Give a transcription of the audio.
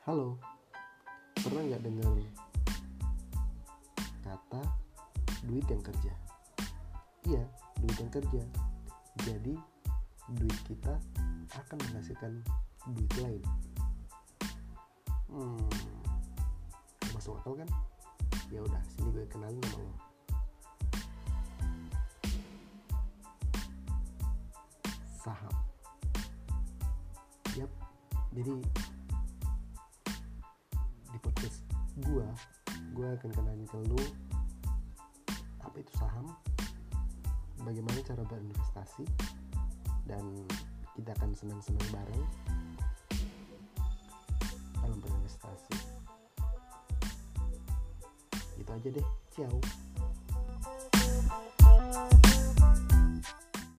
Halo, pernah nggak dengar kata duit yang kerja? Iya, duit yang kerja. Jadi duit kita akan menghasilkan duit lain. Masuk akal kan? Ya udah, sini gue kenalin sama lo. Saham. Yap. Jadi di podcast gue akan kenalin ke lo apa itu saham, bagaimana cara berinvestasi, dan kita akan senang-senang bareng dalam berinvestasi. Itu aja deh, ciao.